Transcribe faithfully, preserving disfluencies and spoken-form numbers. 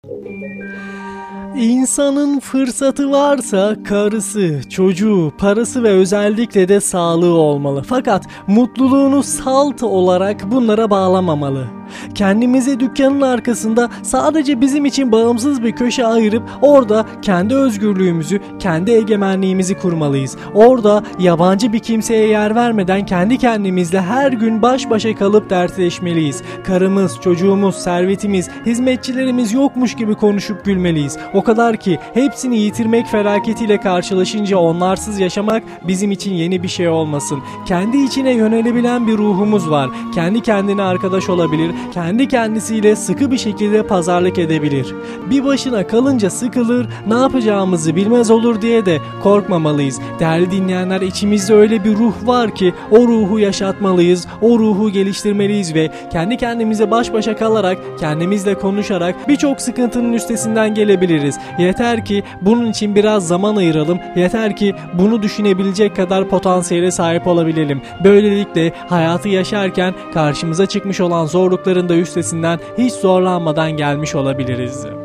İnsanın fırsatı varsa karısı, çocuğu, parası ve özellikle de sağlığı olmalı. Fakat mutluluğunu salt olarak bunlara bağlamamalı. Kendimize dükkanın arkasında sadece bizim için bağımsız bir köşe ayırıp orada kendi özgürlüğümüzü, kendi egemenliğimizi kurmalıyız. Orada yabancı bir kimseye yer vermeden kendi kendimizle her gün baş başa kalıp dertleşmeliyiz. Karımız, çocuğumuz, servetimiz, hizmetçilerimiz yokmuş gibi konuşup gülmeliyiz. O kadar ki hepsini yitirmek felaketiyle karşılaşınca onlarsız yaşamak bizim için yeni bir şey olmasın. Kendi içine yönelebilen bir ruhumuz var. Kendi kendine arkadaş olabilir, kendi kendisiyle sıkı bir şekilde pazarlık edebilir. Bir başına kalınca sıkılır, ne yapacağımızı bilmez olur diye de korkmamalıyız. Değerli dinleyenler, içimizde öyle bir ruh var ki o ruhu yaşatmalıyız, o ruhu geliştirmeliyiz ve kendi kendimize baş başa kalarak, kendimizle konuşarak birçok sıkıntının üstesinden gelebiliriz. Yeter ki bunun için biraz zaman ayıralım, yeter ki bunu düşünebilecek kadar potansiyele sahip olabilelim. Böylelikle hayatı yaşarken karşımıza çıkmış olan zorlukların da üstesinden hiç zorlanmadan gelmiş olabiliriz.